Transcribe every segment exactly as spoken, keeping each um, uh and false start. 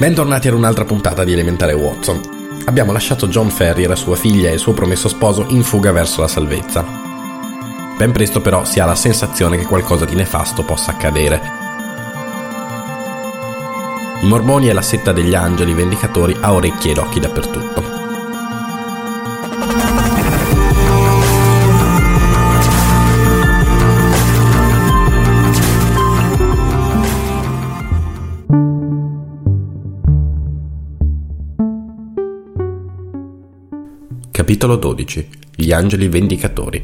Bentornati ad un'altra puntata di Elementare Watson. Abbiamo lasciato John Ferrier, sua figlia e il suo promesso sposo in fuga verso la salvezza. Ben presto però si ha la sensazione che qualcosa di nefasto possa accadere. I Mormoni e la setta degli angeli vendicatori ha orecchie ed occhi dappertutto. Capitolo dodici. Gli angeli vendicatori.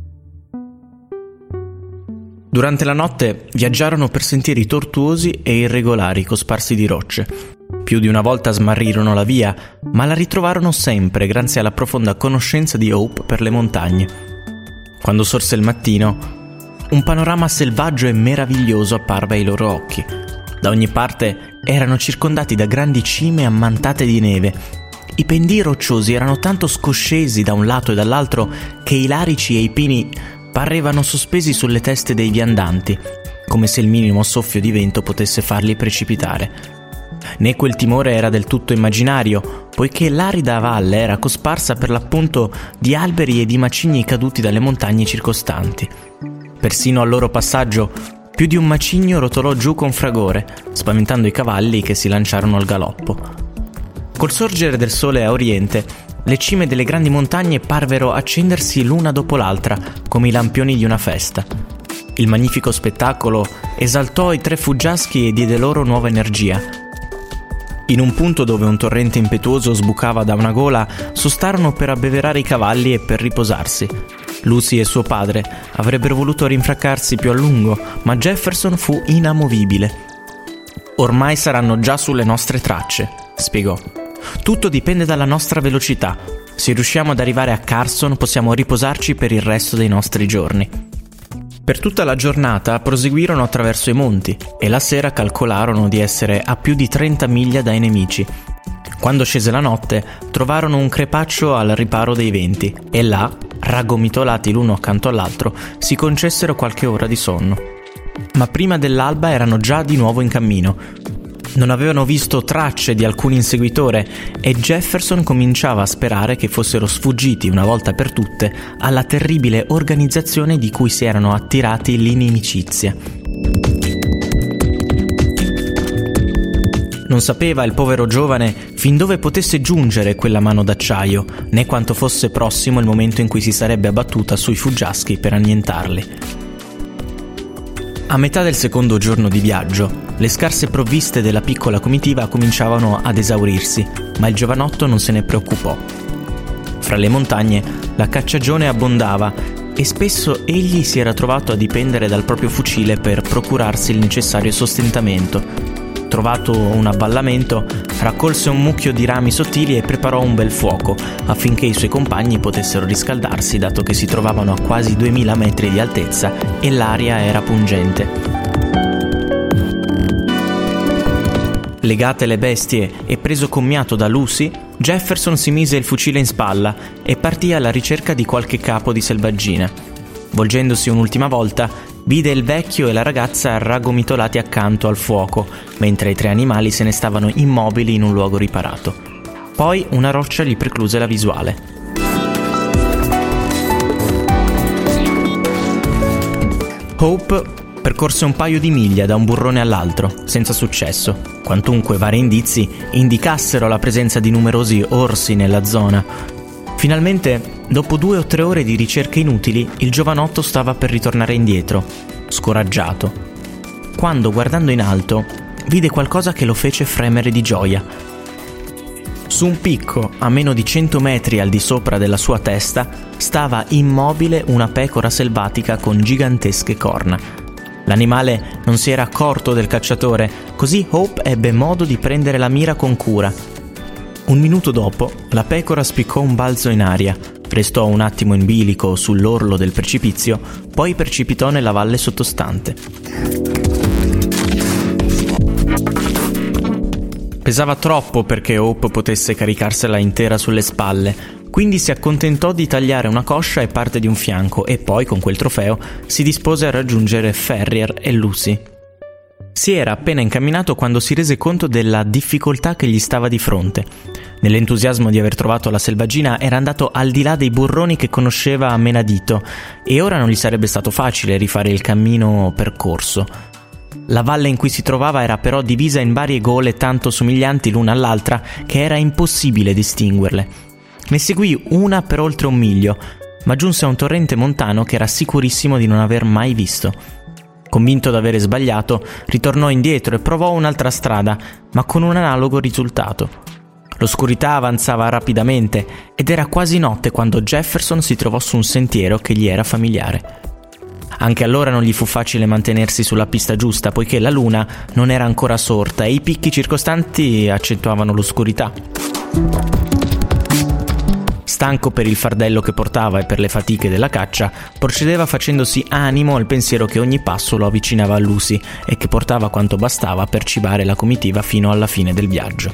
Durante la notte viaggiarono per sentieri tortuosi e irregolari cosparsi di rocce. Più di una volta smarrirono la via, ma la ritrovarono sempre grazie alla profonda conoscenza di Hope per le montagne. Quando sorse il mattino, un panorama selvaggio e meraviglioso apparve ai loro occhi. Da ogni parte erano circondati da grandi cime ammantate di neve. I pendii rocciosi erano tanto scoscesi da un lato e dall'altro che i larici e i pini parevano sospesi sulle teste dei viandanti, come se il minimo soffio di vento potesse farli precipitare. Né quel timore era del tutto immaginario, poiché l'arida valle era cosparsa per l'appunto di alberi e di macigni caduti dalle montagne circostanti. Persino al loro passaggio più di un macigno rotolò giù con fragore, spaventando i cavalli che si lanciarono al galoppo. Col sorgere del sole a oriente, le cime delle grandi montagne parvero accendersi l'una dopo l'altra, come i lampioni di una festa. Il magnifico spettacolo esaltò i tre fuggiaschi e diede loro nuova energia. In un punto dove un torrente impetuoso sbucava da una gola, sostarono per abbeverare i cavalli e per riposarsi. Lucy e suo padre avrebbero voluto rinfrancarsi più a lungo, ma Jefferson fu inamovibile. «Ormai saranno già sulle nostre tracce», spiegò. «Tutto dipende dalla nostra velocità. Se riusciamo ad arrivare a Carson, possiamo riposarci per il resto dei nostri giorni». Per tutta la giornata proseguirono attraverso i monti e la sera calcolarono di essere a più di trenta miglia dai nemici. Quando scese la notte, trovarono un crepaccio al riparo dei venti e là, raggomitolati l'uno accanto all'altro, si concessero qualche ora di sonno. Ma prima dell'alba erano già di nuovo in cammino. Non avevano visto tracce di alcun inseguitore e Jefferson cominciava a sperare che fossero sfuggiti una volta per tutte alla terribile organizzazione di cui si erano attirati l'inimicizia. Non sapeva il povero giovane fin dove potesse giungere quella mano d'acciaio, né quanto fosse prossimo il momento in cui si sarebbe abbattuta sui fuggiaschi per annientarli. A metà del secondo giorno di viaggio, le scarse provviste della piccola comitiva cominciavano ad esaurirsi, ma il giovanotto non se ne preoccupò. Fra le montagne la cacciagione abbondava e spesso egli si era trovato a dipendere dal proprio fucile per procurarsi il necessario sostentamento. Trovato un avvallamento, raccolse un mucchio di rami sottili e preparò un bel fuoco affinché i suoi compagni potessero riscaldarsi, dato che si trovavano a quasi duemila metri di altezza e l'aria era pungente. Legate le bestie e preso commiato da Lucy, Jefferson si mise il fucile in spalla e partì alla ricerca di qualche capo di selvaggina. Volgendosi un'ultima volta, vide il vecchio e la ragazza raggomitolati accanto al fuoco, mentre i tre animali se ne stavano immobili in un luogo riparato. Poi una roccia gli precluse la visuale. Hope percorse un paio di miglia da un burrone all'altro, senza successo, quantunque vari indizi indicassero la presenza di numerosi orsi nella zona. Finalmente, dopo due o tre ore di ricerche inutili, il giovanotto stava per ritornare indietro, scoraggiato, quando, guardando in alto, vide qualcosa che lo fece fremere di gioia. Su un picco, a meno di cento metri al di sopra della sua testa, stava immobile una pecora selvatica con gigantesche corna. L'animale non si era accorto del cacciatore, così Hope ebbe modo di prendere la mira con cura. Un minuto dopo, la pecora spiccò un balzo in aria, restò un attimo in bilico sull'orlo del precipizio, poi precipitò nella valle sottostante. Pesava troppo perché Hope potesse caricarsela intera sulle spalle, quindi si accontentò di tagliare una coscia e parte di un fianco e poi, con quel trofeo, si dispose a raggiungere Ferrier e Lucy. Si era appena incamminato quando si rese conto della difficoltà che gli stava di fronte. Nell'entusiasmo di aver trovato la selvaggina era andato al di là dei burroni che conosceva a menadito e ora non gli sarebbe stato facile rifare il cammino percorso. La valle in cui si trovava era però divisa in varie gole tanto somiglianti l'una all'altra che era impossibile distinguerle. Ne seguì una per oltre un miglio, ma giunse a un torrente montano che era sicurissimo di non aver mai visto. Convinto d'avere sbagliato, ritornò indietro e provò un'altra strada, ma con un analogo risultato. L'oscurità avanzava rapidamente ed era quasi notte quando Jefferson si trovò su un sentiero che gli era familiare. Anche allora non gli fu facile mantenersi sulla pista giusta, poiché la luna non era ancora sorta e i picchi circostanti accentuavano l'oscurità. Stanco per il fardello che portava e per le fatiche della caccia, procedeva facendosi animo al pensiero che ogni passo lo avvicinava a Lucy e che portava quanto bastava per cibare la comitiva fino alla fine del viaggio.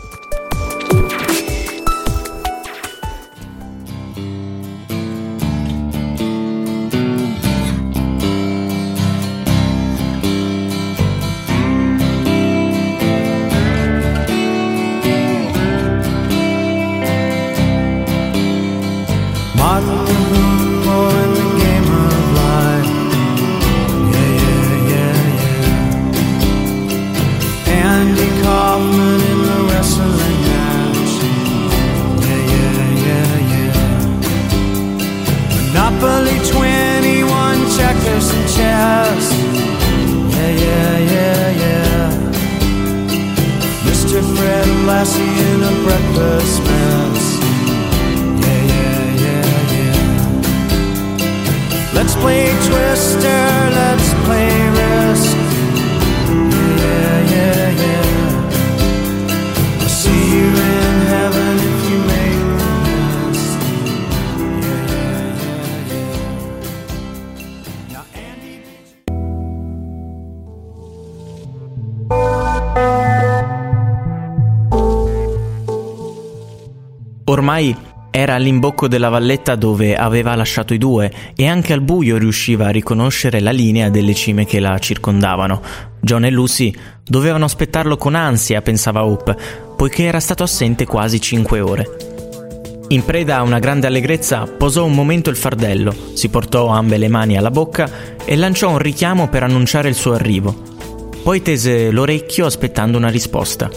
Ormai era all'imbocco della valletta dove aveva lasciato i due e anche al buio riusciva a riconoscere la linea delle cime che la circondavano. John e Lucy dovevano aspettarlo con ansia, pensava Hope, poiché era stato assente quasi cinque ore. In preda a una grande allegrezza, posò un momento il fardello, si portò ambe le mani alla bocca e lanciò un richiamo per annunciare il suo arrivo. Poi tese l'orecchio aspettando una risposta.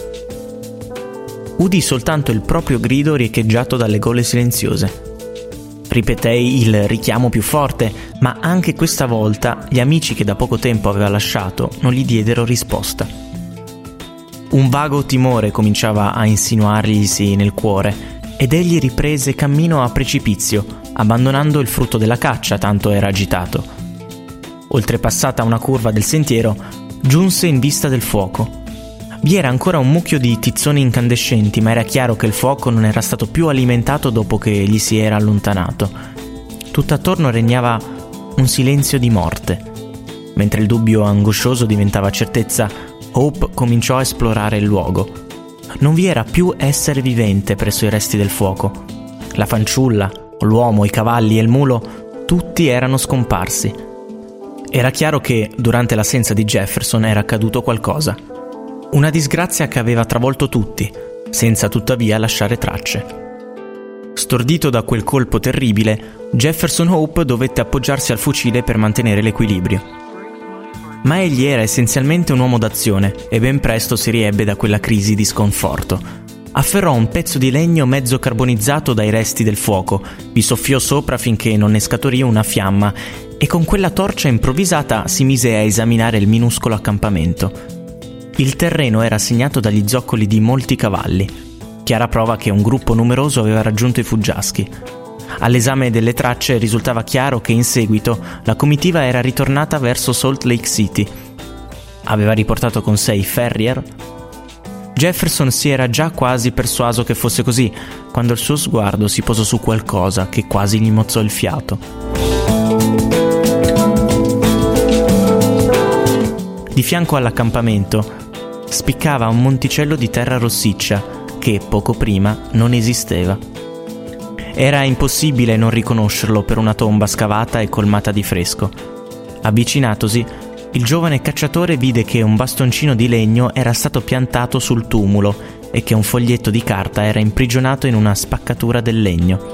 Udì soltanto il proprio grido riecheggiato dalle gole silenziose. Ripetei il richiamo più forte, ma anche questa volta gli amici che da poco tempo aveva lasciato non gli diedero risposta. Un vago timore cominciava a insinuarglisi nel cuore ed egli riprese cammino a precipizio, abbandonando il frutto della caccia, tanto era agitato. Oltrepassata una curva del sentiero, giunse in vista del fuoco. Vi era ancora un mucchio di tizzoni incandescenti, ma era chiaro che il fuoco non era stato più alimentato dopo che gli si era allontanato. Tutt'attorno regnava un silenzio di morte. Mentre il dubbio angoscioso diventava certezza, Hope cominciò a esplorare il luogo. Non vi era più essere vivente presso i resti del fuoco. La fanciulla, l'uomo, i cavalli e il mulo, tutti erano scomparsi. Era chiaro che, durante l'assenza di Jefferson, era accaduto qualcosa. Una disgrazia che aveva travolto tutti, senza tuttavia lasciare tracce. Stordito da quel colpo terribile, Jefferson Hope dovette appoggiarsi al fucile per mantenere l'equilibrio. Ma egli era essenzialmente un uomo d'azione e ben presto si riebbe da quella crisi di sconforto. Afferrò un pezzo di legno mezzo carbonizzato dai resti del fuoco, vi soffiò sopra finché non ne scaturì una fiamma e con quella torcia improvvisata si mise a esaminare il minuscolo accampamento. Il terreno era segnato dagli zoccoli di molti cavalli, chiara prova che un gruppo numeroso aveva raggiunto i fuggiaschi. All'esame delle tracce risultava chiaro che in seguito la comitiva era ritornata verso Salt Lake City. Aveva riportato con sé i Ferrier. Jefferson si era già quasi persuaso che fosse così, quando il suo sguardo si posò su qualcosa che quasi gli mozzò il fiato. Di fianco all'accampamento spiccava un monticello di terra rossiccia che poco prima non esisteva. Era impossibile non riconoscerlo per una tomba scavata e colmata di fresco. Avvicinatosi, il giovane cacciatore vide che un bastoncino di legno era stato piantato sul tumulo e che un foglietto di carta era imprigionato in una spaccatura del legno.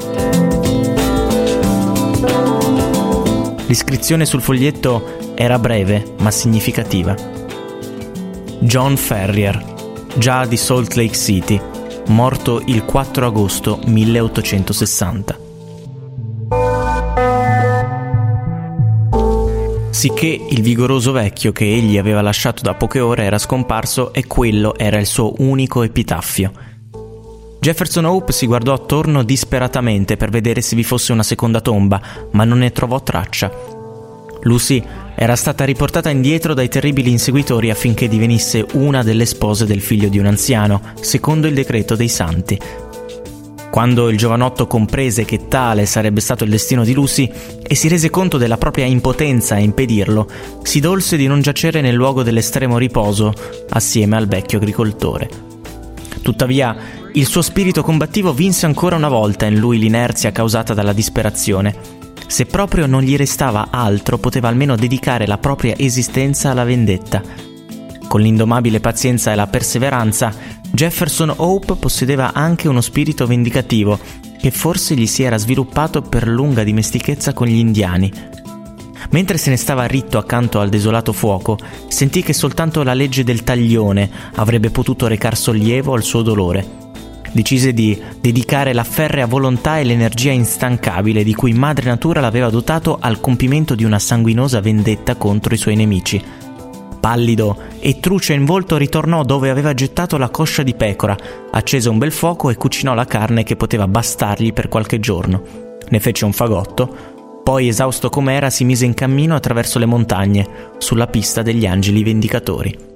L'iscrizione sul foglietto era breve ma significativa. John Ferrier, già di Salt Lake City, morto il quattro agosto milleottocentosessanta. Sicché il vigoroso vecchio che egli aveva lasciato da poche ore era scomparso e quello era il suo unico epitaffio. Jefferson Hope si guardò attorno disperatamente per vedere se vi fosse una seconda tomba, ma non ne trovò traccia. Lucy era stata riportata indietro dai terribili inseguitori affinché divenisse una delle spose del figlio di un anziano, secondo il decreto dei santi. Quando il giovanotto comprese che tale sarebbe stato il destino di Lucy e si rese conto della propria impotenza a impedirlo, si dolse di non giacere nel luogo dell'estremo riposo assieme al vecchio agricoltore. Tuttavia, il suo spirito combattivo vinse ancora una volta in lui l'inerzia causata dalla disperazione. Se proprio non gli restava altro, poteva almeno dedicare la propria esistenza alla vendetta. Con l'indomabile pazienza e la perseveranza, Jefferson Hope possedeva anche uno spirito vendicativo che forse gli si era sviluppato per lunga dimestichezza con gli indiani. Mentre se ne stava ritto accanto al desolato fuoco, sentì che soltanto la legge del taglione avrebbe potuto recar sollievo al suo dolore. Decise di dedicare la ferrea volontà e l'energia instancabile di cui madre natura l'aveva dotato al compimento di una sanguinosa vendetta contro i suoi nemici. Pallido e truce in volto ritornò dove aveva gettato la coscia di pecora, accese un bel fuoco e cucinò la carne che poteva bastargli per qualche giorno. Ne fece un fagotto, poi esausto com'era si mise in cammino attraverso le montagne, sulla pista degli angeli vendicatori.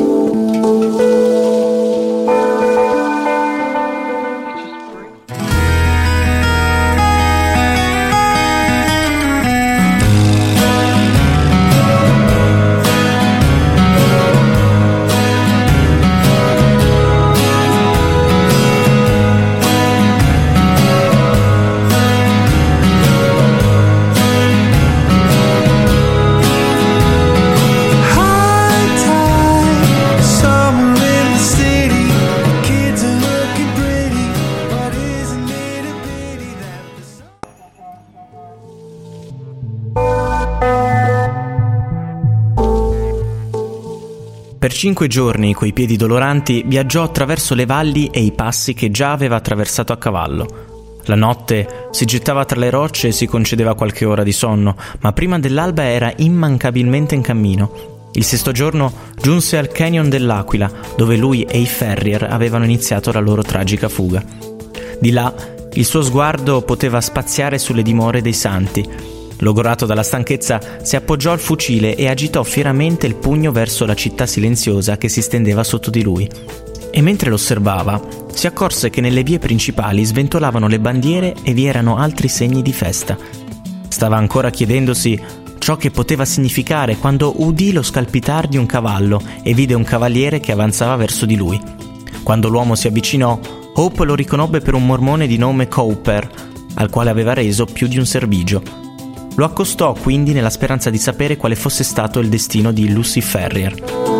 Per cinque giorni, coi piedi doloranti, viaggiò attraverso le valli e i passi che già aveva attraversato a cavallo. La notte si gettava tra le rocce e si concedeva qualche ora di sonno, ma prima dell'alba era immancabilmente in cammino. Il sesto giorno giunse al Canyon dell'Aquila, dove lui e i Ferrier avevano iniziato la loro tragica fuga. Di là, il suo sguardo poteva spaziare sulle dimore dei santi. Logorato dalla stanchezza, si appoggiò al fucile e agitò fieramente il pugno verso la città silenziosa che si stendeva sotto di lui. E mentre lo osservava, si accorse che nelle vie principali sventolavano le bandiere e vi erano altri segni di festa. Stava ancora chiedendosi ciò che poteva significare quando udì lo scalpitar di un cavallo e vide un cavaliere che avanzava verso di lui. Quando l'uomo si avvicinò, Hope lo riconobbe per un mormone di nome Cowper, al quale aveva reso più di un servigio. Lo accostò quindi nella speranza di sapere quale fosse stato il destino di Lucy Ferrier.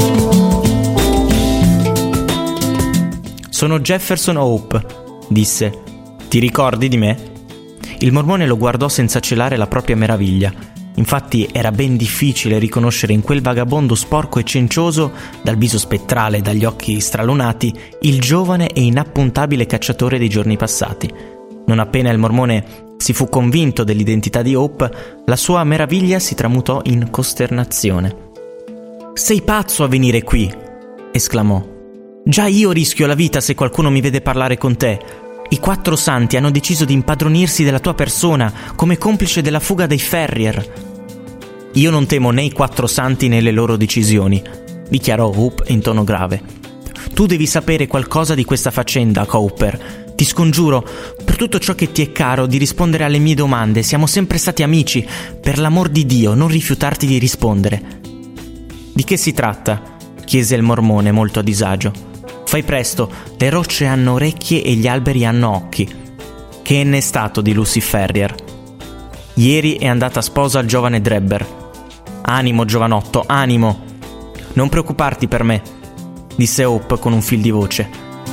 «Sono Jefferson Hope», disse. «Ti ricordi di me?» Il mormone lo guardò senza celare la propria meraviglia. Infatti era ben difficile riconoscere in quel vagabondo sporco e cencioso, dal viso spettrale e dagli occhi stralunati, il giovane e inappuntabile cacciatore dei giorni passati. Non appena il mormone si fu convinto dell'identità di Hope, la sua meraviglia si tramutò in costernazione. «Sei pazzo a venire qui!» esclamò. «Già io rischio la vita se qualcuno mi vede parlare con te. I quattro santi hanno deciso di impadronirsi della tua persona come complice della fuga dei Ferrier». «Io non temo né i quattro santi né le loro decisioni», dichiarò Hope in tono grave. «Tu devi sapere qualcosa di questa faccenda, Cowper. Ti scongiuro, per tutto ciò che ti è caro, di rispondere alle mie domande. Siamo sempre stati amici. Per l'amor di Dio, non rifiutarti di rispondere». «Di che si tratta?» chiese il mormone molto a disagio. «Fai presto, le rocce hanno orecchie e gli alberi hanno occhi. Che ne è stato di Lucy Ferrier?» «Ieri è andata sposa al giovane Drebber». Animo, giovanotto, animo. Non preoccuparti per me, disse Hope con un fil di voce.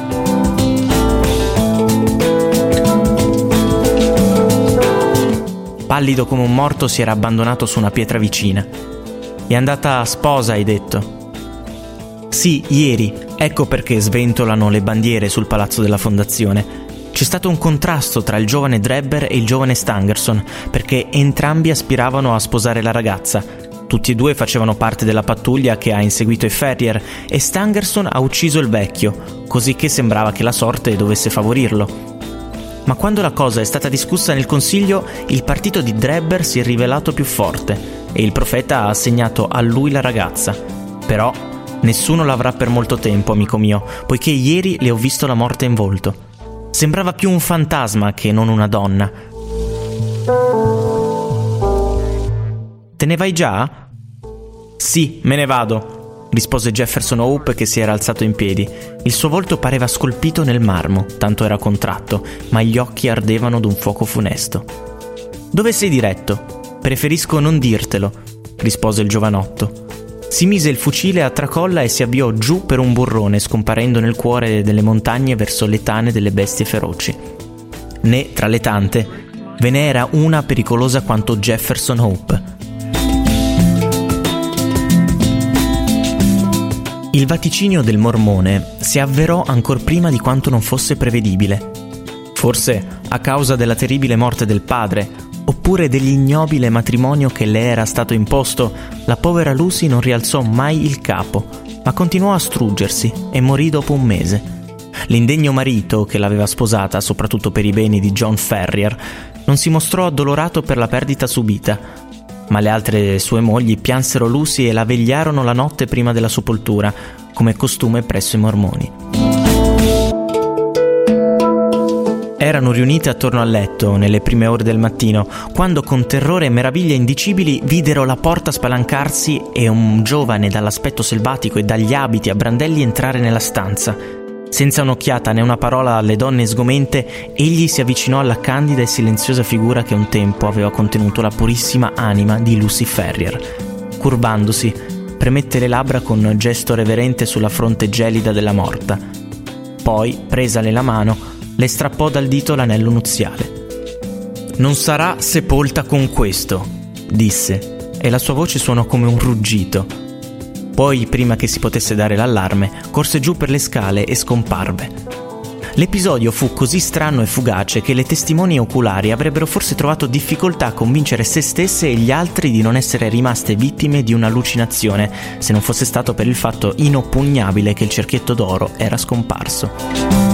Pallido come un morto si era abbandonato su una pietra vicina. È andata a sposa, hai detto? Sì, ieri. Ecco perché sventolano le bandiere sul palazzo della fondazione. C'è stato un contrasto tra il giovane Drebber e il giovane Stangerson, perché entrambi aspiravano a sposare la ragazza. Tutti e due facevano parte della pattuglia che ha inseguito i Ferrier e Stangerson ha ucciso il vecchio, così che sembrava che la sorte dovesse favorirlo. Ma quando la cosa è stata discussa nel consiglio, il partito di Drebber si è rivelato più forte e il profeta ha assegnato a lui la ragazza. Però nessuno l'avrà per molto tempo, amico mio, poiché ieri le ho visto la morte in volto. Sembrava più un fantasma che non una donna. Te ne vai già? Sì, me ne vado, rispose Jefferson Hope che si era alzato in piedi. Il suo volto pareva scolpito nel marmo, tanto era contratto, ma gli occhi ardevano d'un fuoco funesto. Dove sei diretto? Preferisco non dirtelo, rispose il giovanotto. Si mise il fucile a tracolla e si avviò giù per un burrone, scomparendo nel cuore delle montagne verso le tane delle bestie feroci. Né, tra le tante, ve ne era una pericolosa quanto Jefferson Hope. Il vaticinio del mormone si avverò ancor prima di quanto non fosse prevedibile. Forse a causa della terribile morte del padre, oppure dell'ignobile matrimonio che le era stato imposto, la povera Lucy non rialzò mai il capo, ma continuò a struggersi e morì dopo un mese. L'indegno marito che l'aveva sposata, soprattutto per i beni di John Ferrier, non si mostrò addolorato per la perdita subita, ma le altre sue mogli piansero Lucy e la vegliarono la notte prima della sepoltura, come costume presso i mormoni. Erano riunite attorno al letto nelle prime ore del mattino, quando con terrore e meraviglia indicibili videro la porta spalancarsi e un giovane dall'aspetto selvatico e dagli abiti a brandelli entrare nella stanza. Senza un'occhiata né una parola alle donne sgomente, egli si avvicinò alla candida e silenziosa figura che un tempo aveva contenuto la purissima anima di Lucy Ferrier. Curvandosi, premette le labbra con un gesto reverente sulla fronte gelida della morta. Poi, presale la mano, le strappò dal dito l'anello nuziale. «Non sarà sepolta con questo», disse, e la sua voce suonò come un ruggito. Poi, prima che si potesse dare l'allarme, corse giù per le scale e scomparve. L'episodio fu così strano e fugace che le testimoni oculari avrebbero forse trovato difficoltà a convincere se stesse e gli altri di non essere rimaste vittime di un'allucinazione, se non fosse stato per il fatto inoppugnabile che il cerchietto d'oro era scomparso.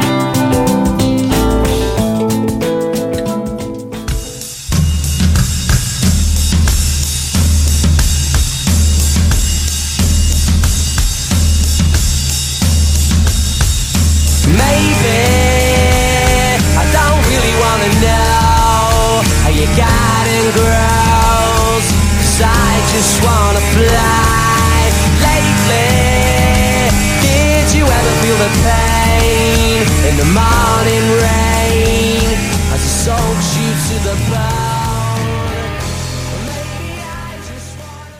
Just wanna fly lately. Did you ever feel the pain in the morning rain as it soaks you to the bone? Maybe I just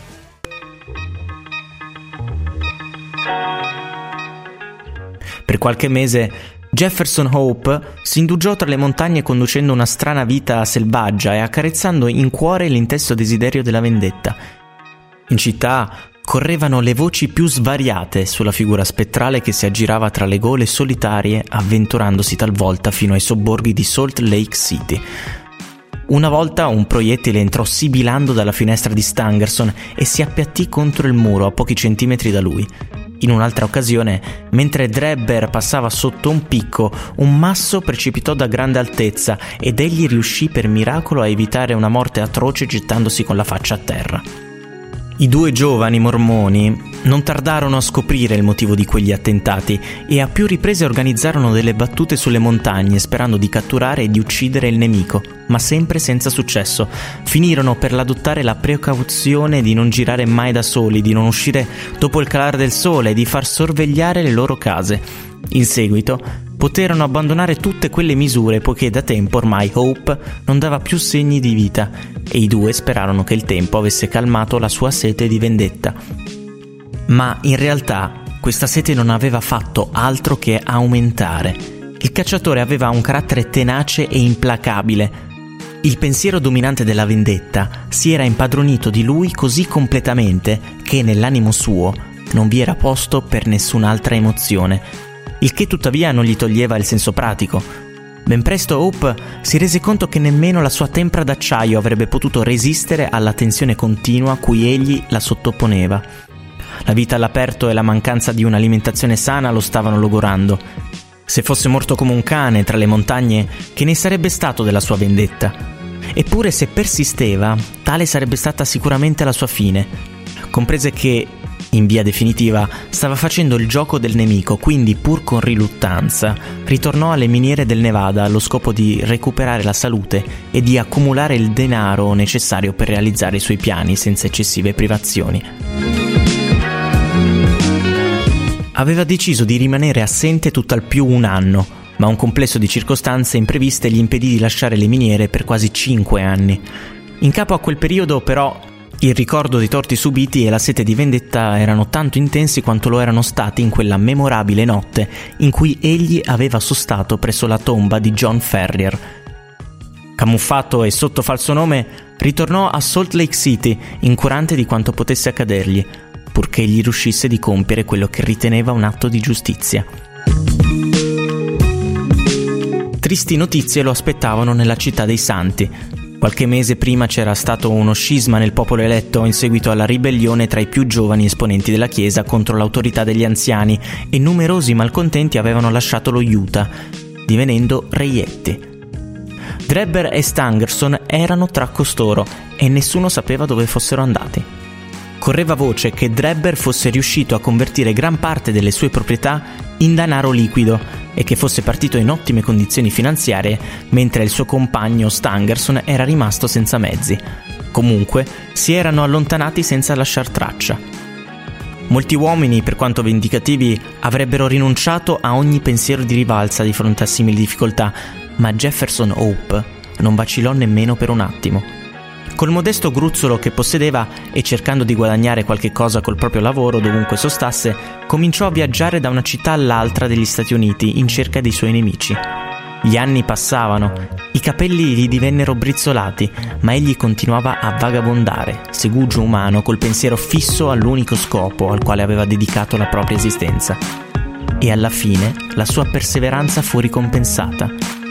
wanna... Per qualche mese Jefferson Hope si indugiò tra le montagne conducendo una strana vita selvaggia e accarezzando in cuore l'intenso desiderio della vendetta. In città correvano le voci più svariate sulla figura spettrale che si aggirava tra le gole solitarie, avventurandosi talvolta fino ai sobborghi di Salt Lake City. Una volta un proiettile entrò sibilando dalla finestra di Stangerson e si appiattì contro il muro a pochi centimetri da lui. In un'altra occasione, mentre Drebber passava sotto un picco, un masso precipitò da grande altezza ed egli riuscì per miracolo a evitare una morte atroce gettandosi con la faccia a terra. I due giovani mormoni non tardarono a scoprire il motivo di quegli attentati e a più riprese organizzarono delle battute sulle montagne sperando di catturare e di uccidere il nemico, ma sempre senza successo. Finirono per adottare la precauzione di non girare mai da soli, di non uscire dopo il calare del sole e di far sorvegliare le loro case. In seguito poterono abbandonare tutte quelle misure poiché da tempo ormai Hope non dava più segni di vita e i due sperarono che il tempo avesse calmato la sua sete di vendetta. Ma in realtà questa sete non aveva fatto altro che aumentare. Il cacciatore aveva un carattere tenace e implacabile. Il pensiero dominante della vendetta si era impadronito di lui così completamente che nell'animo suo non vi era posto per nessun'altra emozione, il che tuttavia non gli toglieva il senso pratico. Ben presto Hope si rese conto che nemmeno la sua tempra d'acciaio avrebbe potuto resistere alla tensione continua a cui egli la sottoponeva. La vita all'aperto e la mancanza di un'alimentazione sana lo stavano logorando. Se fosse morto come un cane tra le montagne, che ne sarebbe stato della sua vendetta? Eppure se persisteva, tale sarebbe stata sicuramente la sua fine. Comprese che, in via definitiva, stava facendo il gioco del nemico, quindi pur con riluttanza, ritornò alle miniere del Nevada allo scopo di recuperare la salute e di accumulare il denaro necessario per realizzare i suoi piani senza eccessive privazioni. Aveva deciso di rimanere assente tutt'al più un anno, ma un complesso di circostanze impreviste gli impedì di lasciare le miniere per quasi cinque anni. In capo a quel periodo, però, il ricordo dei torti subiti e la sete di vendetta erano tanto intensi quanto lo erano stati in quella memorabile notte in cui egli aveva sostato presso la tomba di John Ferrier. Camuffato e sotto falso nome, ritornò a Salt Lake City, incurante di quanto potesse accadergli, purché gli riuscisse di compiere quello che riteneva un atto di giustizia. Tristi notizie lo aspettavano nella città dei Santi. Qualche mese prima c'era stato uno scisma nel popolo eletto in seguito alla ribellione tra i più giovani esponenti della Chiesa contro l'autorità degli anziani e numerosi malcontenti avevano lasciato lo Utah, divenendo reietti. Drebber e Stangerson erano tra costoro e nessuno sapeva dove fossero andati. Correva voce che Drebber fosse riuscito a convertire gran parte delle sue proprietà in denaro liquido e che fosse partito in ottime condizioni finanziarie, mentre il suo compagno Stangerson era rimasto senza mezzi. Comunque, si erano allontanati senza lasciar traccia. Molti uomini, per quanto vendicativi, avrebbero rinunciato a ogni pensiero di rivalsa di fronte a simili difficoltà, ma Jefferson Hope non vacillò nemmeno per un attimo. Col modesto gruzzolo che possedeva e cercando di guadagnare qualche cosa col proprio lavoro dovunque sostasse, cominciò a viaggiare da una città all'altra degli Stati Uniti in cerca dei suoi nemici. Gli anni passavano, i capelli gli divennero brizzolati, ma egli continuava a vagabondare, segugio umano, col pensiero fisso all'unico scopo al quale aveva dedicato la propria esistenza. E alla fine la sua perseveranza fu ricompensata.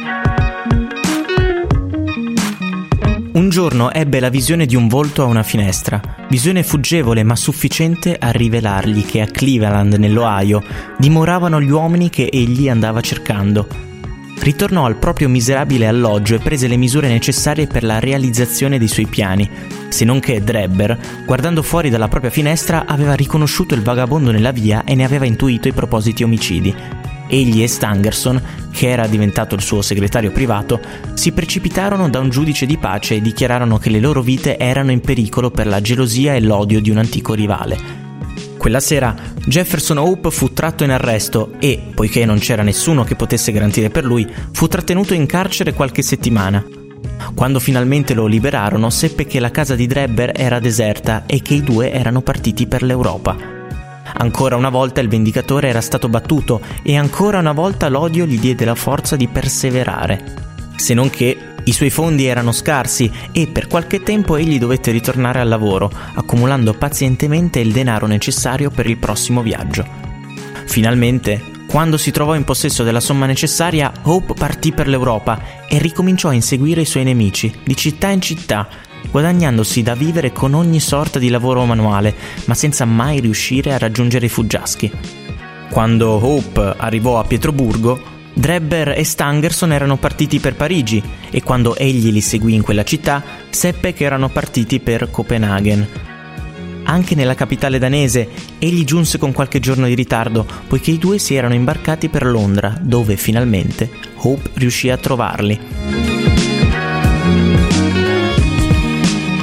Un giorno ebbe la visione di un volto a una finestra, visione fuggevole ma sufficiente a rivelargli che a Cleveland, nell'Ohio, dimoravano gli uomini che egli andava cercando. Ritornò al proprio miserabile alloggio e prese le misure necessarie per la realizzazione dei suoi piani, se non che Drebber, guardando fuori dalla propria finestra, aveva riconosciuto il vagabondo nella via e ne aveva intuito i propositi omicidi. Egli e Stangerson, che era diventato il suo segretario privato, si precipitarono da un giudice di pace e dichiararono che le loro vite erano in pericolo per la gelosia e l'odio di un antico rivale. Quella sera Jefferson Hope fu tratto in arresto e, poiché non c'era nessuno che potesse garantire per lui, fu trattenuto in carcere qualche settimana. Quando finalmente lo liberarono, seppe che la casa di Drebber era deserta e che i due erano partiti per l'Europa. Ancora una volta il vendicatore era stato battuto e ancora una volta l'odio gli diede la forza di perseverare. Se non che i suoi fondi erano scarsi e per qualche tempo egli dovette ritornare al lavoro, accumulando pazientemente il denaro necessario per il prossimo viaggio. Finalmente, quando si trovò in possesso della somma necessaria, Hope partì per l'Europa e ricominciò a inseguire i suoi nemici, di città in città, guadagnandosi da vivere con ogni sorta di lavoro manuale, ma senza mai riuscire a raggiungere i fuggiaschi. Quando Hope arrivò a Pietroburgo, Drebber e Stangerson erano partiti per Parigi e quando egli li seguì in quella città, seppe che erano partiti per Copenaghen. Anche nella capitale danese, egli giunse con qualche giorno di ritardo, poiché i due si erano imbarcati per Londra, dove finalmente Hope riuscì a trovarli.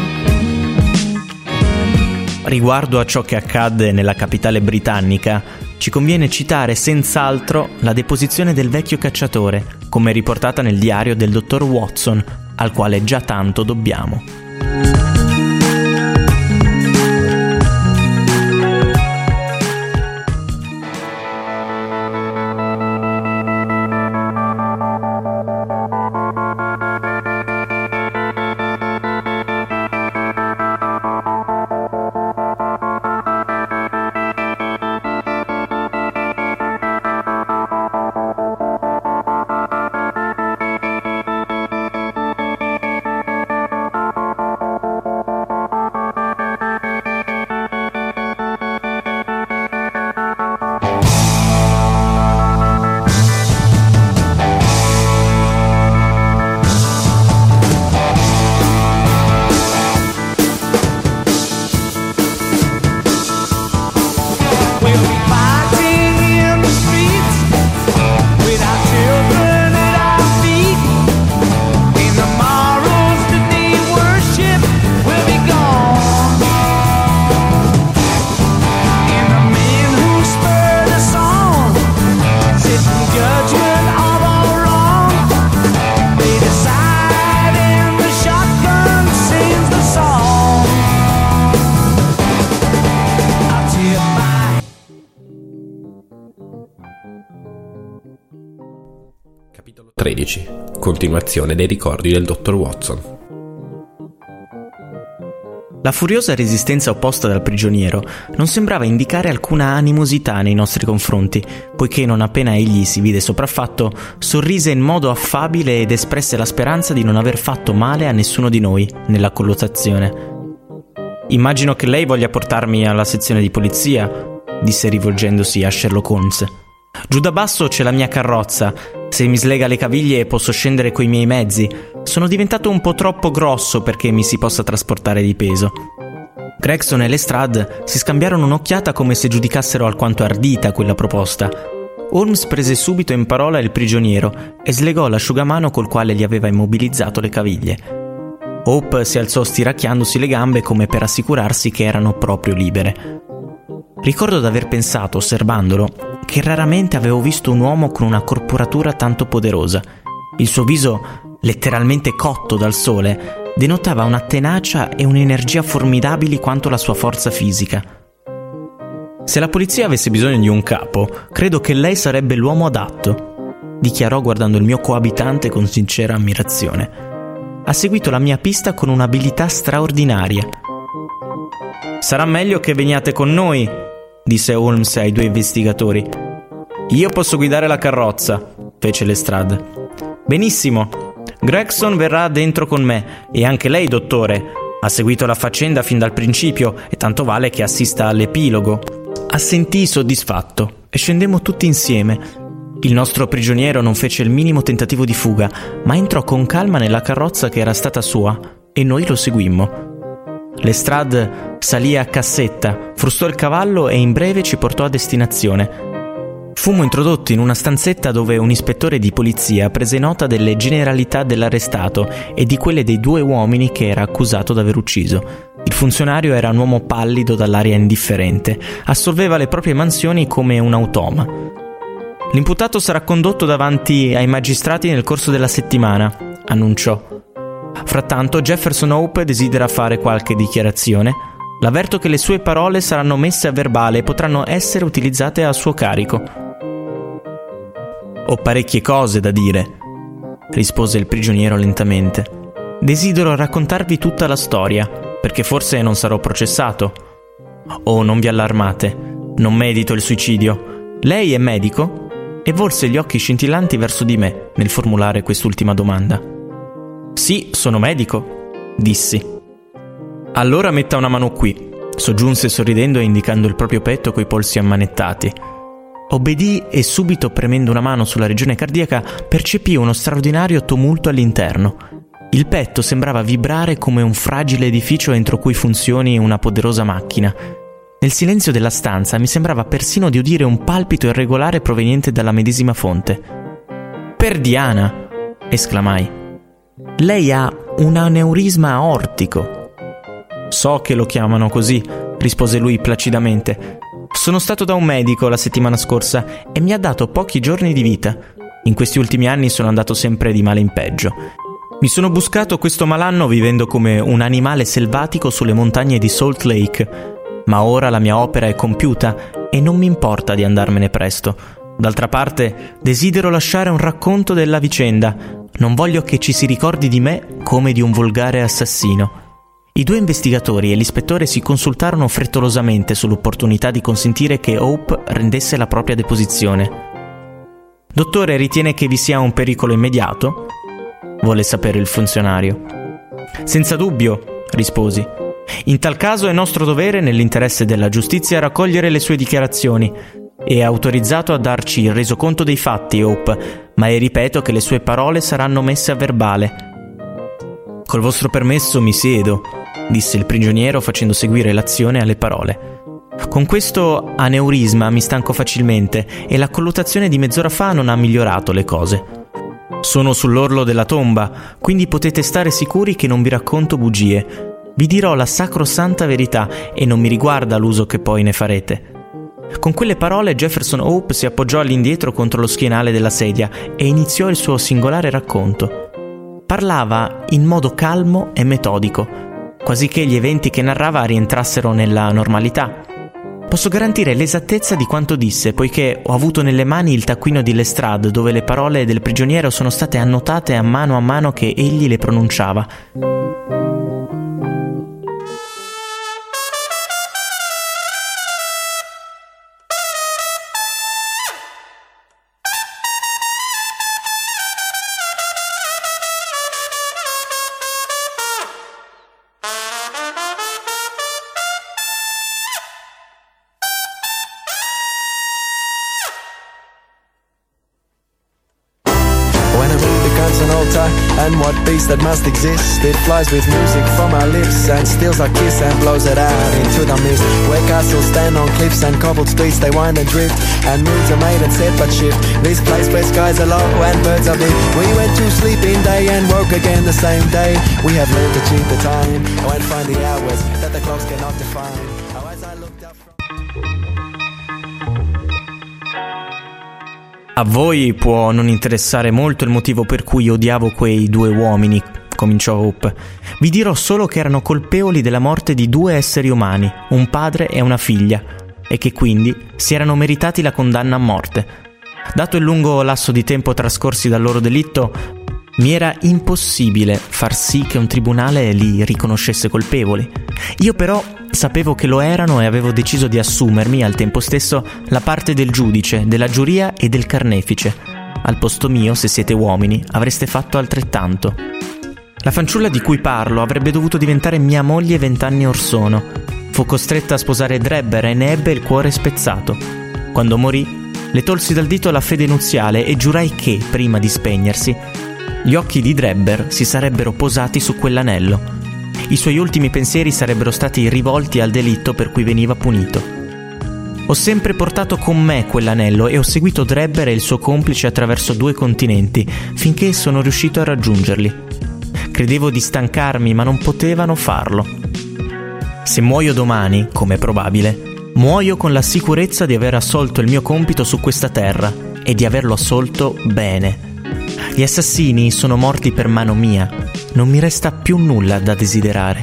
Riguardo a ciò che accadde nella capitale britannica, ci conviene citare senz'altro la deposizione del vecchio cacciatore, come riportata nel diario del dottor Watson, al quale già tanto dobbiamo. tredici. Continuazione dei ricordi del dottor Watson. La furiosa resistenza opposta dal prigioniero non sembrava indicare alcuna animosità nei nostri confronti, poiché non appena egli si vide sopraffatto, sorrise in modo affabile ed espresse la speranza di non aver fatto male a nessuno di noi nella colluttazione. «Immagino che lei voglia portarmi alla sezione di polizia», disse rivolgendosi a Sherlock Holmes. «Giù da basso c'è la mia carrozza. Se mi slega le caviglie posso scendere coi miei mezzi. Sono diventato un po' troppo grosso perché mi si possa trasportare di peso». Gregson e Lestrade si scambiarono un'occhiata come se giudicassero alquanto ardita quella proposta. Holmes prese subito in parola il prigioniero e slegò l'asciugamano col quale gli aveva immobilizzato le caviglie. Hope si alzò stiracchiandosi le gambe come per assicurarsi che erano proprio libere. Ricordo d'aver pensato, osservandolo, che raramente avevo visto un uomo con una corporatura tanto poderosa. Il suo viso, letteralmente cotto dal sole, denotava una tenacia e un'energia formidabili quanto la sua forza fisica. «Se la polizia avesse bisogno di un capo, credo che lei sarebbe l'uomo adatto», dichiarò guardando il mio coabitante con sincera ammirazione. «Ha seguito la mia pista con un'abilità straordinaria». «Sarà meglio che veniate con noi», disse Holmes ai due investigatori. «Io posso guidare la carrozza», fece Lestrade. «Benissimo. Gregson verrà dentro con me, e anche lei, dottore. Ha seguito la faccenda fin dal principio e tanto vale che assista all'epilogo». Assentii soddisfatto e scendemmo tutti insieme. Il nostro prigioniero non fece il minimo tentativo di fuga, ma entrò con calma nella carrozza che era stata sua e noi lo seguimmo. Lestrade salì a cassetta, frustò il cavallo e in breve ci portò a destinazione. Fummo introdotti in una stanzetta dove un ispettore di polizia prese nota delle generalità dell'arrestato e di quelle dei due uomini che era accusato d'aver ucciso. Il funzionario era un uomo pallido dall'aria indifferente, assolveva le proprie mansioni come un automa. «L'imputato sarà condotto davanti ai magistrati nel corso della settimana», annunciò. «Frattanto Jefferson Hope desidera fare qualche dichiarazione. L'avverto che le sue parole saranno messe a verbale e potranno essere utilizzate a suo carico». «Ho parecchie cose da dire», rispose il prigioniero lentamente. «Desidero raccontarvi tutta la storia, perché forse non sarò processato». «Oh, non vi allarmate, non medito il suicidio. Lei è medico?» E volse gli occhi scintillanti verso di me nel formulare quest'ultima domanda. «Sì, sono medico», dissi. «Allora metta una mano qui», soggiunse sorridendo e indicando il proprio petto coi polsi ammanettati. Obbedii e subito, premendo una mano sulla regione cardiaca, percepì uno straordinario tumulto all'interno. Il petto sembrava vibrare come un fragile edificio entro cui funzioni una poderosa macchina. Nel silenzio della stanza mi sembrava persino di udire un palpito irregolare proveniente dalla medesima fonte. «Per Diana!» esclamai. «Lei ha un aneurisma aortico». «So che lo chiamano così», rispose lui placidamente. Sono stato da un medico la settimana scorsa e mi ha dato pochi giorni di vita. In questi ultimi anni sono andato sempre di male in peggio. Mi sono buscato questo malanno vivendo come un animale selvatico sulle montagne di Salt Lake, ma ora la mia opera è compiuta e non mi importa di andarmene presto. D'altra parte, desidero lasciare un racconto della vicenda. Non voglio che ci si ricordi di me come di un volgare assassino. I due investigatori e l'ispettore si consultarono frettolosamente sull'opportunità di consentire che Hope rendesse la propria deposizione. Dottore, ritiene che vi sia un pericolo immediato? Volle sapere il funzionario. Senza dubbio, risposi. In tal caso è nostro dovere, nell'interesse della giustizia, raccogliere le sue dichiarazioni. È autorizzato a darci il resoconto dei fatti, Hope, ma le ripeto che le sue parole saranno messe a verbale. Col vostro permesso mi siedo, disse il prigioniero facendo seguire l'azione alle parole. Con questo aneurisma mi stanco facilmente e la colluttazione di mezz'ora fa non ha migliorato le cose. Sono sull'orlo della tomba, quindi potete stare sicuri che non vi racconto bugie. Vi dirò la sacrosanta verità e non mi riguarda l'uso che poi ne farete. Con quelle parole Jefferson Hope si appoggiò all'indietro contro lo schienale della sedia e iniziò il suo singolare racconto. Parlava in modo calmo e metodico, quasi che gli eventi che narrava rientrassero nella normalità. Posso garantire l'esattezza di quanto disse, poiché ho avuto nelle mani il taccuino di Lestrade dove le parole del prigioniero sono state annotate a mano a mano che egli le pronunciava. And what beast that must exist? It flies with music from our lips and steals our kiss and blows it out into the mist. Where castles stand on cliffs and cobbled streets they wind and drift, and moods are made and set but shift. This place where skies are low and birds are big. We went to sleep in day and woke again the same day. We have learned to cheat the time and find the hours that the clocks cannot define. Oh, as I looked up from... A voi può non interessare molto il motivo per cui odiavo quei due uomini, cominciò Hope. Vi dirò solo che erano colpevoli della morte di due esseri umani, un padre e una figlia, e che quindi si erano meritati la condanna a morte. Dato il lungo lasso di tempo trascorsi dal loro delitto, mi era impossibile far sì che un tribunale li riconoscesse colpevoli. Io però sapevo che lo erano e avevo deciso di assumermi al tempo stesso la parte del giudice, della giuria e del carnefice. Al posto mio, se siete uomini, avreste fatto altrettanto. La fanciulla di cui parlo avrebbe dovuto diventare mia moglie vent'anni or sono. Fu costretta a sposare Drebber e ne ebbe il cuore spezzato. Quando morì, le tolsi dal dito la fede nuziale e giurai che, prima di spegnersi, gli occhi di Drebber si sarebbero posati su quell'anello. I suoi ultimi pensieri sarebbero stati rivolti al delitto per cui veniva punito. Ho sempre portato con me quell'anello e ho seguito Drebber e il suo complice attraverso due continenti, finché sono riuscito a raggiungerli. Credevo di stancarmi, ma non potevano farlo. Se muoio domani, come è probabile, muoio con la sicurezza di aver assolto il mio compito su questa terra e di averlo assolto bene. Gli assassini sono morti per mano mia. Non mi resta più nulla da desiderare.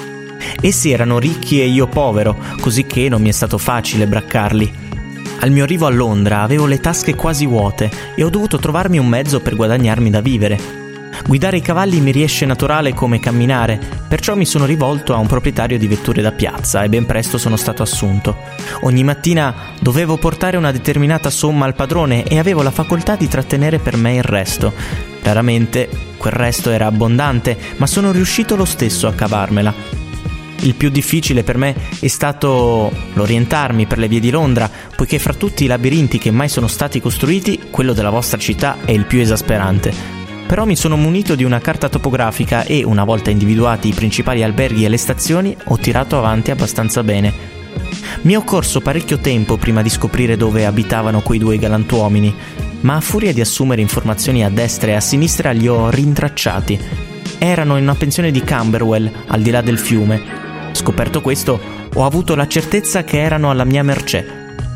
Essi erano ricchi e io povero, così che non mi è stato facile braccarli. Al mio arrivo a Londra avevo le tasche quasi vuote e ho dovuto trovarmi un mezzo per guadagnarmi da vivere. Guidare i cavalli mi riesce naturale come camminare, perciò mi sono rivolto a un proprietario di vetture da piazza e ben presto sono stato assunto. Ogni mattina dovevo portare una determinata somma al padrone e avevo la facoltà di trattenere per me il resto. Raramente quel resto era abbondante, ma sono riuscito lo stesso a cavarmela. Il più difficile per me è stato l'orientarmi per le vie di Londra, poiché fra tutti i labirinti che mai sono stati costruiti, quello della vostra città è il più esasperante. Però mi sono munito di una carta topografica e, una volta individuati i principali alberghi e le stazioni, ho tirato avanti abbastanza bene. Mi è occorso parecchio tempo prima di scoprire dove abitavano quei due galantuomini, ma a furia di assumere informazioni a destra e a sinistra li ho rintracciati. Erano in una pensione di Camberwell, al di là del fiume. Scoperto questo, ho avuto la certezza che erano alla mia mercé.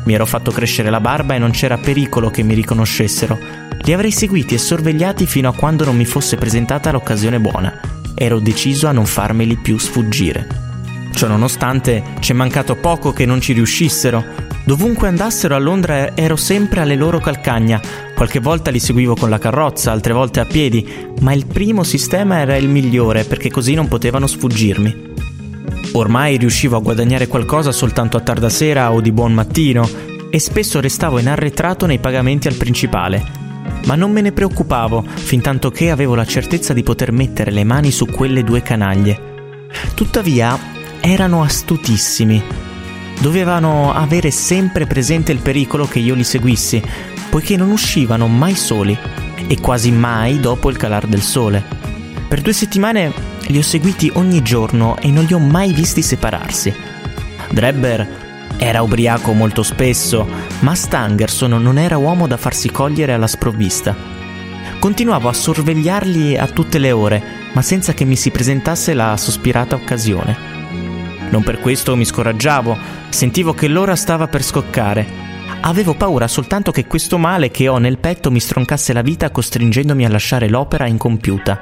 Mi ero fatto crescere la barba e non c'era pericolo che mi riconoscessero. Li avrei seguiti e sorvegliati fino a quando non mi fosse presentata l'occasione buona. Ero deciso a non farmeli più sfuggire. Ciò nonostante, c'è mancato poco che non ci riuscissero. Dovunque andassero a Londra ero sempre alle loro calcagna. Qualche volta li seguivo con la carrozza, altre volte a piedi, ma il primo sistema era il migliore perché così non potevano sfuggirmi. Ormai riuscivo a guadagnare qualcosa soltanto a tarda sera o di buon mattino e spesso restavo in arretrato nei pagamenti al principale. Ma non me ne preoccupavo, fintanto che avevo la certezza di poter mettere le mani su quelle due canaglie. Tuttavia, erano astutissimi. Dovevano avere sempre presente il pericolo che io li seguissi, poiché non uscivano mai soli e quasi mai dopo il calar del sole. Per due settimane li ho seguiti ogni giorno e non li ho mai visti separarsi. Drebber era ubriaco molto spesso, ma Stangerson non era uomo da farsi cogliere alla sprovvista. Continuavo a sorvegliarli a tutte le ore, ma senza che mi si presentasse la sospirata occasione. Non per questo mi scoraggiavo, sentivo che l'ora stava per scoccare. Avevo paura soltanto che questo male che ho nel petto mi stroncasse la vita costringendomi a lasciare l'opera incompiuta.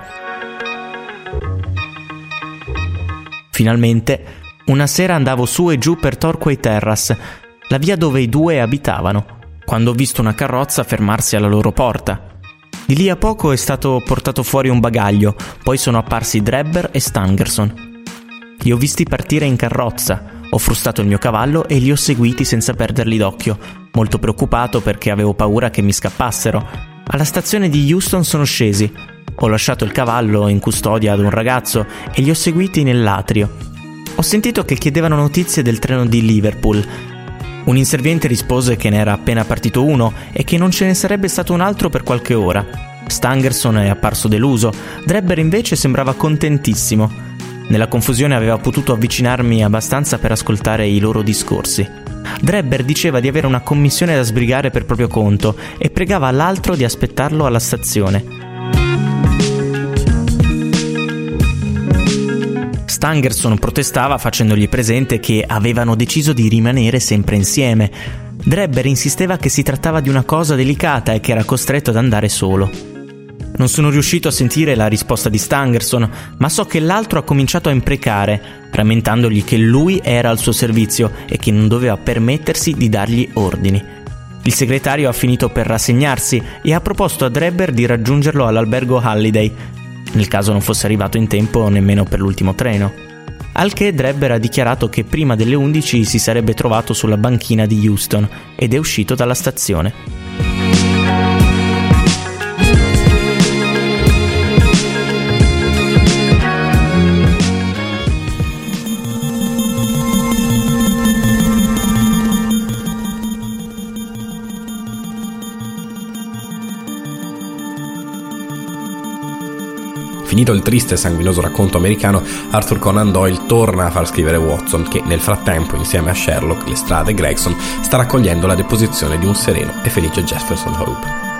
Finalmente, una sera andavo su e giù per Torquay Terrace, la via dove i due abitavano, quando ho visto una carrozza fermarsi alla loro porta. Di lì a poco è stato portato fuori un bagaglio, poi sono apparsi Drebber e Stangerson. Li ho visti partire in carrozza, ho frustato il mio cavallo e li ho seguiti senza perderli d'occhio, molto preoccupato perché avevo paura che mi scappassero. Alla stazione di Euston sono scesi. Ho lasciato il cavallo in custodia ad un ragazzo e li ho seguiti nell'atrio. Ho sentito che chiedevano notizie del treno di Liverpool. Un inserviente rispose che ne era appena partito uno e che non ce ne sarebbe stato un altro per qualche ora. Stangerson è apparso deluso, Drebber invece sembrava contentissimo. Nella confusione aveva potuto avvicinarmi abbastanza per ascoltare i loro discorsi. Drebber diceva di avere una commissione da sbrigare per proprio conto e pregava l'altro di aspettarlo alla stazione. Stangerson protestava facendogli presente che avevano deciso di rimanere sempre insieme. Drebber insisteva che si trattava di una cosa delicata e che era costretto ad andare solo. Non sono riuscito a sentire la risposta di Stangerson, ma so che l'altro ha cominciato a imprecare, rammentandogli che lui era al suo servizio e che non doveva permettersi di dargli ordini. Il segretario ha finito per rassegnarsi e ha proposto a Drebber di raggiungerlo all'albergo Halliday, nel caso non fosse arrivato in tempo nemmeno per l'ultimo treno. Al che Drebber ha dichiarato che prima delle undici si sarebbe trovato sulla banchina di Euston ed è uscito dalla stazione. Finito il triste e sanguinoso racconto americano, Arthur Conan Doyle torna a far scrivere Watson, che nel frattempo, insieme a Sherlock, Lestrade e Gregson, sta raccogliendo la deposizione di un sereno e felice Jefferson Hope.